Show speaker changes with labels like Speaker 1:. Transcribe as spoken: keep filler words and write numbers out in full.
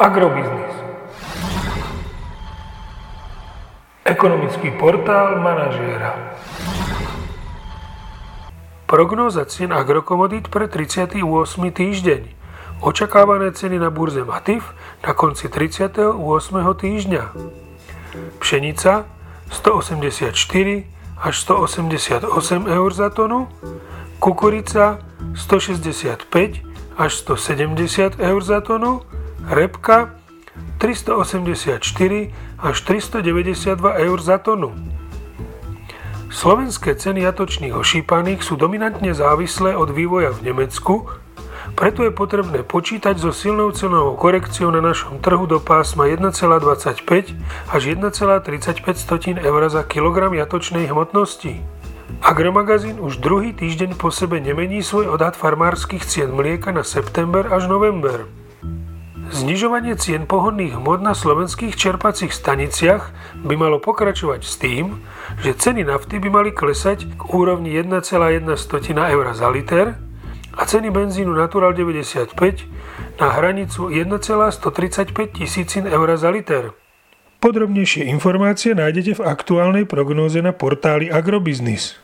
Speaker 1: Agrobiznis. Ekonomický portál manažéra. Prognóza cien agrokomodít pre tridsiaty ôsmy týždeň. Očakávané ceny na burze Matif na konci tridsiateho ôsmeho týždňa. Pšenica stoosemdesiatštyri až stoosemdesiatosem eur za tonu, kukurica stošesťdesiatpäť až stosedemdesiat eur za tonu, repka tristoosemdesiatštyri až tristodeväťdesiatdva eur za tonu. Slovenské ceny jatočných ošípaných sú dominantne závislé od vývoja v Nemecku, preto je potrebné počítať so silnou cenovou korekciou na našom trhu do pásma jeden celá dvadsaťpäť až jeden celá tridsaťpäť eur za kilogram jatočnej hmotnosti. Agromagazín už druhý týždeň po sebe nemení svoj odhad farmárskych cien mlieka na september až november. Znižovanie cien pohonných hmôt na slovenských čerpacích staniciach by malo pokračovať s tým, že ceny nafty by mali klesať k úrovni jeden celá jedna eur za liter a ceny benzínu Natural deväťdesiatpäť na hranicu jeden celá stotridsaťpäť tisíc eur za liter. Podrobnejšie informácie nájdete v aktuálnej prognóze na portáli Agrobiznis.